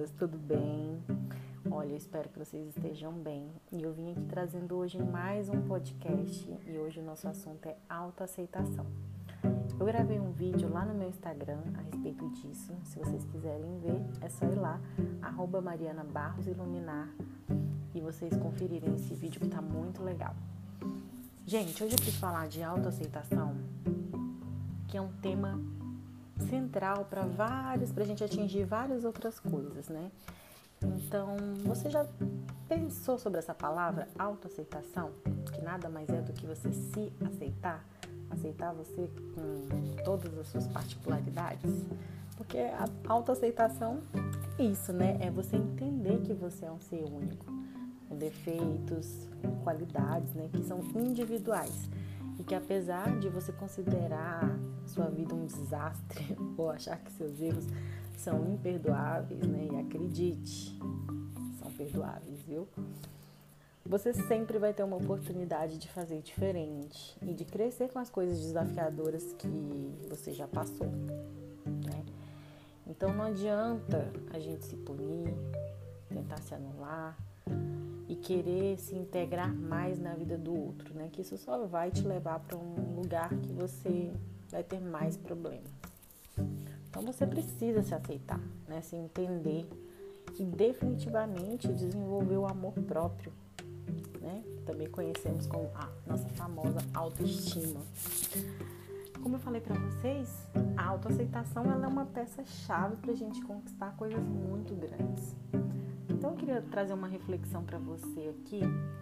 todas, tudo bem? Olha, eu espero que vocês estejam bem. E eu vim aqui trazendo hoje mais um podcast e hoje o nosso assunto é autoaceitação. Eu gravei um vídeo lá no meu Instagram a respeito disso. Se vocês quiserem ver, é só ir lá, @marianabarrosiluminar, e vocês conferirem esse vídeo que tá muito legal. Gente, hoje eu quis falar de autoaceitação, que é um tema central para a gente atingir várias outras coisas, né? Então, você já pensou sobre essa palavra, autoaceitação? Que nada mais é do que você se aceitar? Aceitar você com todas as suas particularidades? Porque a autoaceitação é isso, né? É você entender que você é um ser único, com defeitos, qualidades, né? Que são individuais. E que apesar de você considerar sua vida um desastre ou achar que seus erros são imperdoáveis, né? E acredite, são perdoáveis, viu? Você sempre vai ter uma oportunidade de fazer diferente e de crescer com as coisas desafiadoras que você já passou, né? Então não adianta a gente se punir, tentar se anular e querer se integrar mais na vida do outro, né? Que isso só vai te levar para um lugar que você vai ter mais problemas. Então você precisa se aceitar, né? Se entender e definitivamente desenvolver o amor próprio, né? Também conhecemos como a nossa famosa autoestima. Como eu falei para vocês, a autoaceitação ela é uma peça-chave para a gente conquistar coisas muito grandes. Então eu queria trazer uma reflexão para você aqui.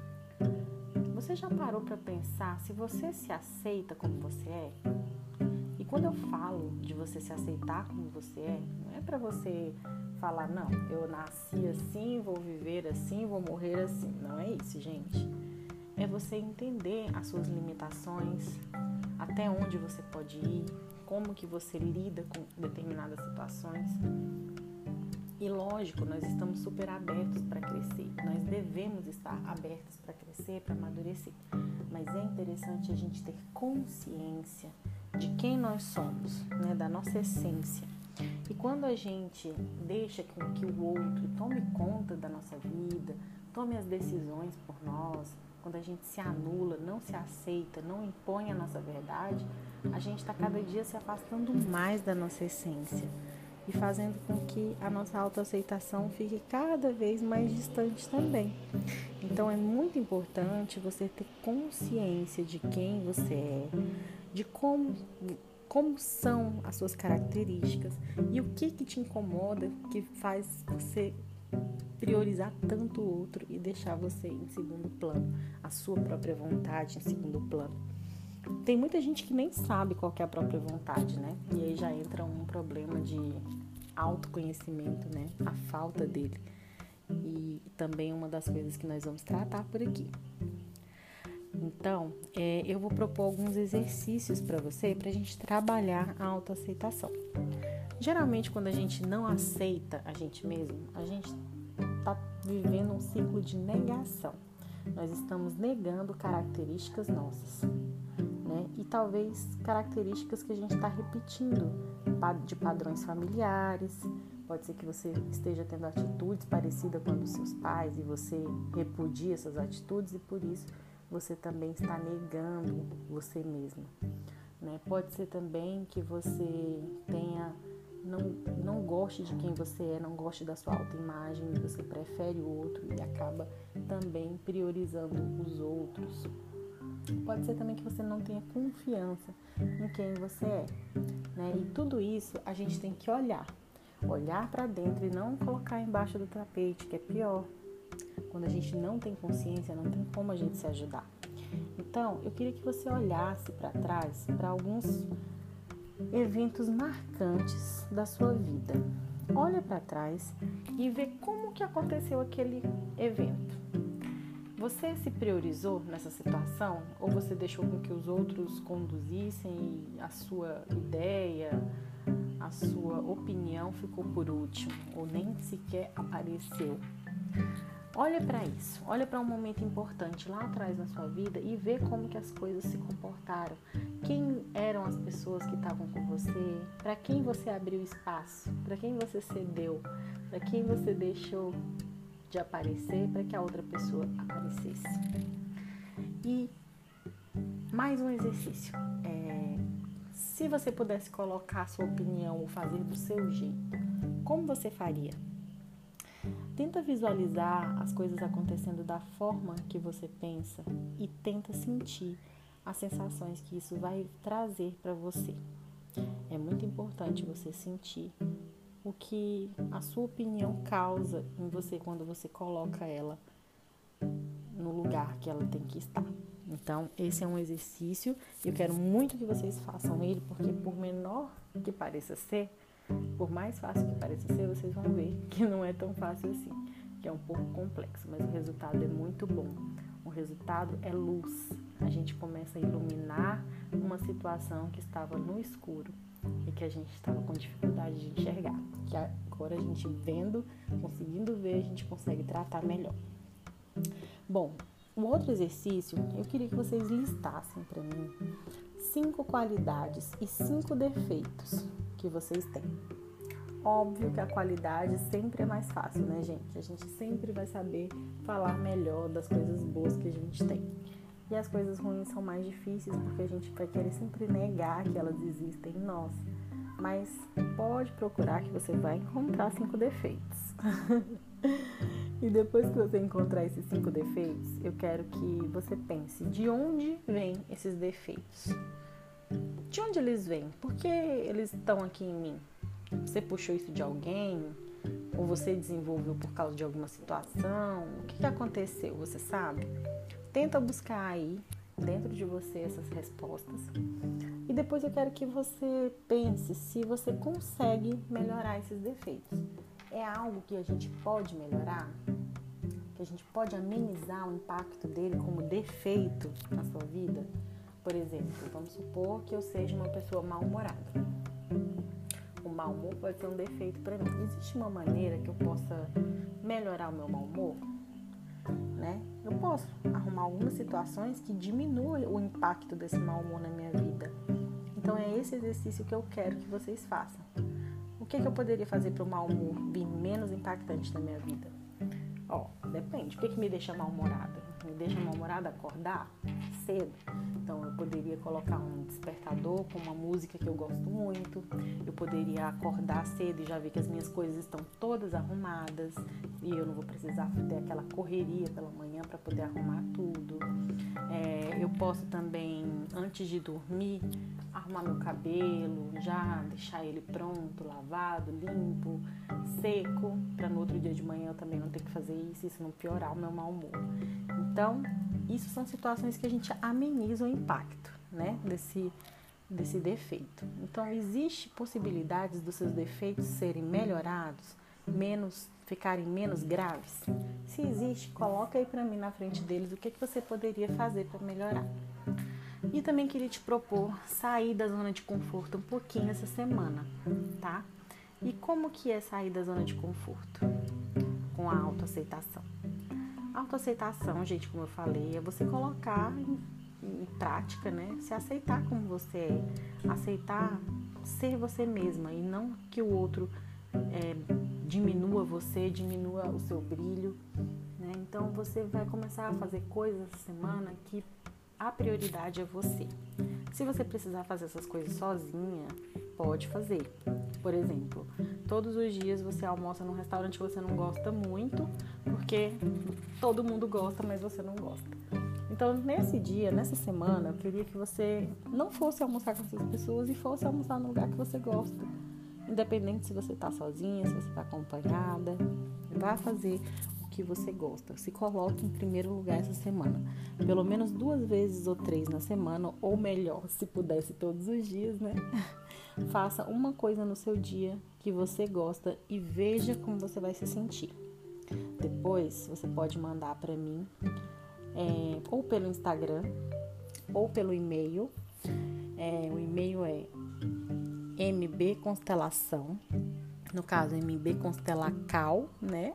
Você já parou para pensar se você se aceita como você é? E quando eu falo de você se aceitar como você é, não é para você falar, não, eu nasci assim, vou viver assim, vou morrer assim. Não é isso, gente. É você entender as suas limitações, até onde você pode ir, como que você lida com determinadas situações. E lógico, nós estamos super abertos para crescer. Nós devemos estar abertos para crescer, para amadurecer. Mas é interessante a gente ter consciência de quem nós somos, né? Da nossa essência. E quando a gente deixa com que o outro tome conta da nossa vida, tome as decisões por nós, quando a gente se anula, não se aceita, não impõe a nossa verdade, a gente está cada dia se afastando mais da nossa essência e fazendo com que a nossa autoaceitação fique cada vez mais distante também. Então é muito importante você ter consciência de quem você é, de como são as suas características e o que te incomoda, que faz você priorizar tanto o outro e deixar você em segundo plano, a sua própria vontade em segundo plano. Tem muita gente que nem sabe qual que é a própria vontade, né? E aí já entra um problema de autoconhecimento, né? A falta dele. E também uma das coisas que nós vamos tratar por aqui. Então, eu vou propor alguns exercícios para você, para a gente trabalhar a autoaceitação. Geralmente, quando a gente não aceita a gente mesmo, a gente está vivendo um ciclo de negação. Nós estamos negando características nossas, né? E talvez características que a gente está repetindo de padrões familiares. Pode ser que você esteja tendo atitudes parecidas com a dos seus pais e você repudia essas atitudes e por isso você também está negando você mesmo, né? Pode ser também que você não goste de quem você é, não goste da sua autoimagem, você prefere o outro e acaba também priorizando os outros. Pode ser também que você não tenha confiança em quem você é, né? E tudo isso a gente tem que olhar para dentro e não colocar embaixo do tapete, que é pior. Quando a gente não tem consciência, não tem como a gente se ajudar. Então, eu queria que você olhasse para trás, para alguns eventos marcantes da sua vida. Olha para trás e vê como que aconteceu aquele evento. Você se priorizou nessa situação ou você deixou com que os outros conduzissem e a sua ideia, a sua opinião ficou por último ou nem sequer apareceu? Olha para isso, olha para um momento importante lá atrás na sua vida e vê como que as coisas se comportaram. Quem eram as pessoas que estavam com você? Para quem você abriu espaço? Para quem você cedeu? Para quem você deixou de aparecer para que a outra pessoa aparecesse? E mais um exercício. Se você pudesse colocar a sua opinião ou fazer do seu jeito, como você faria? Tenta visualizar as coisas acontecendo da forma que você pensa e tenta sentir as sensações que isso vai trazer para você. É muito importante você sentir o que a sua opinião causa em você quando você coloca ela no lugar que ela tem que estar. Então, esse é um exercício e eu quero muito que vocês façam ele, porque por menor que pareça ser, por mais fácil que pareça ser, vocês vão ver que não é tão fácil assim, que é um pouco complexo, mas o resultado é muito bom. O resultado é luz. A gente começa a iluminar uma situação que estava no escuro e que a gente estava com dificuldade de enxergar, que agora a gente vendo, conseguindo ver, a gente consegue tratar melhor. Bom, um outro exercício, eu queria que vocês listassem para mim 5 qualidades e 5 defeitos que vocês têm. Óbvio que a qualidade sempre é mais fácil, né, gente? A gente sempre vai saber falar melhor das coisas boas que a gente tem. E as coisas ruins são mais difíceis porque a gente vai querer sempre negar que elas existem em nós. Mas pode procurar que você vai encontrar 5 defeitos. E depois que você encontrar esses 5 defeitos, eu quero que você pense de onde vêm esses defeitos. De onde eles vêm? Por que eles estão aqui em mim? Você puxou isso de alguém? Ou você desenvolveu por causa de alguma situação? O que aconteceu? Você sabe? Tenta buscar aí, dentro de você, essas respostas. E depois eu quero que você pense se você consegue melhorar esses defeitos. É algo que a gente pode melhorar? Que a gente pode amenizar o impacto dele como defeito na sua vida? Por exemplo, vamos supor que eu seja uma pessoa mal-humorada. O mau humor pode ser um defeito para mim. Existe uma maneira que eu possa melhorar o meu mau humor? Né? Eu posso arrumar algumas situações que diminuam o impacto desse mau humor na minha vida. Então é esse exercício que eu quero que vocês façam. O que eu poderia fazer para o mau humor vir menos impactante na minha vida? Depende. O que me deixa mal-humorada? Me deixa mal-humorada acordar cedo. Então, eu poderia colocar um despertador com uma música que eu gosto muito. Eu poderia acordar cedo e já ver que as minhas coisas estão todas arrumadas. E eu não vou precisar ter aquela correria pela manhã para poder arrumar tudo. Eu posso também, antes de dormir, arrumar meu cabelo, já deixar ele pronto, lavado, limpo, seco, para no outro dia de manhã eu também não ter que fazer isso não piorar o meu mau humor. Então, isso são situações que a gente ameniza o impacto, né, desse defeito. Então, existe possibilidades dos seus defeitos serem melhorados, ficarem menos graves? Se existe, coloca aí para mim na frente deles o que você poderia fazer para melhorar. E também queria te propor sair da zona de conforto um pouquinho essa semana, tá? E como que é sair da zona de conforto? Com a autoaceitação. A autoaceitação, gente, como eu falei, é você colocar em prática, né? Se aceitar como você é. Aceitar ser você mesma e não que o outro diminua você, diminua o seu brilho, né? Então, você vai começar a fazer coisas essa semana que a prioridade é você. Se você precisar fazer essas coisas sozinha, pode fazer. Por exemplo, todos os dias você almoça num restaurante que você não gosta muito, porque todo mundo gosta, mas você não gosta. Então, nesse dia, nessa semana, eu queria que você não fosse almoçar com essas pessoas e fosse almoçar no lugar que você gosta. Independente se você está sozinha, se você está acompanhada, vá fazer o que você gosta. Se coloque em primeiro lugar essa semana. Pelo menos 2 vezes ou 3 na semana, ou melhor, se pudesse todos os dias, né? Faça uma coisa no seu dia que você gosta e veja como você vai se sentir. Depois, você pode mandar para mim, ou pelo Instagram, ou pelo e-mail. O e-mail é mbconstelação, no caso mbconstelacal, né,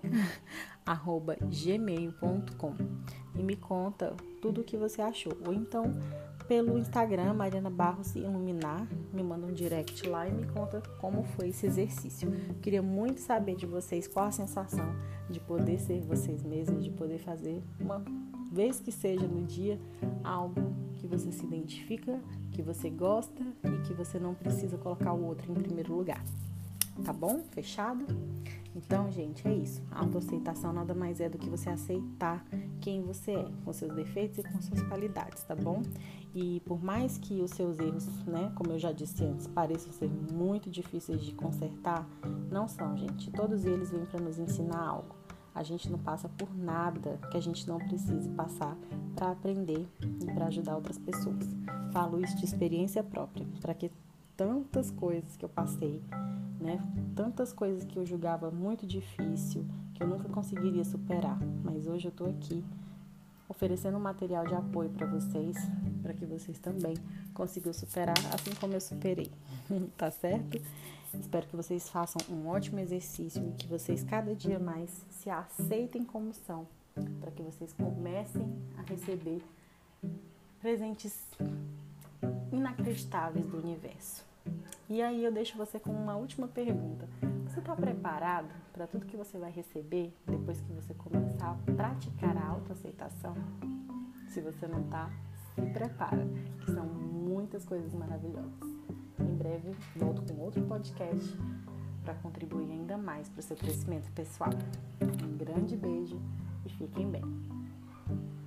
@gmail.com, e me conta tudo o que você achou. Ou então pelo Instagram, Mariana Barros Iluminar, me manda um direct lá e me conta como foi esse exercício. Queria muito saber de vocês qual a sensação de poder ser vocês mesmos, de poder fazer uma vez que seja no dia algo que você se identifica, que você gosta e que você não precisa colocar o outro em primeiro lugar. Tá bom? Fechado? Então, gente, é isso. A autoaceitação nada mais é do que você aceitar quem você é, com seus defeitos e com suas qualidades, tá bom? E por mais que os seus erros, né, como eu já disse antes, pareçam ser muito difíceis de consertar, não são, gente. Todos eles vêm para nos ensinar algo. A gente não passa por nada que a gente não precise passar para aprender e para ajudar outras pessoas. Falo isso de experiência própria, para que tantas coisas que eu passei, né? Tantas coisas que eu julgava muito difícil, que eu nunca conseguiria superar. Mas hoje eu tô aqui oferecendo um material de apoio para vocês, para que vocês também consigam superar assim como eu superei. Tá certo? Espero que vocês façam um ótimo exercício e que vocês cada dia mais se aceitem como são, para que vocês comecem a receber presentes inacreditáveis do universo. E aí eu deixo você com uma última pergunta. Você está preparado para tudo que você vai receber depois que você começar a praticar a autoaceitação? Se você não está, se prepara, que são muitas coisas maravilhosas. Em breve volto com outro podcast para contribuir ainda mais para o seu crescimento pessoal. Um grande beijo e fiquem bem.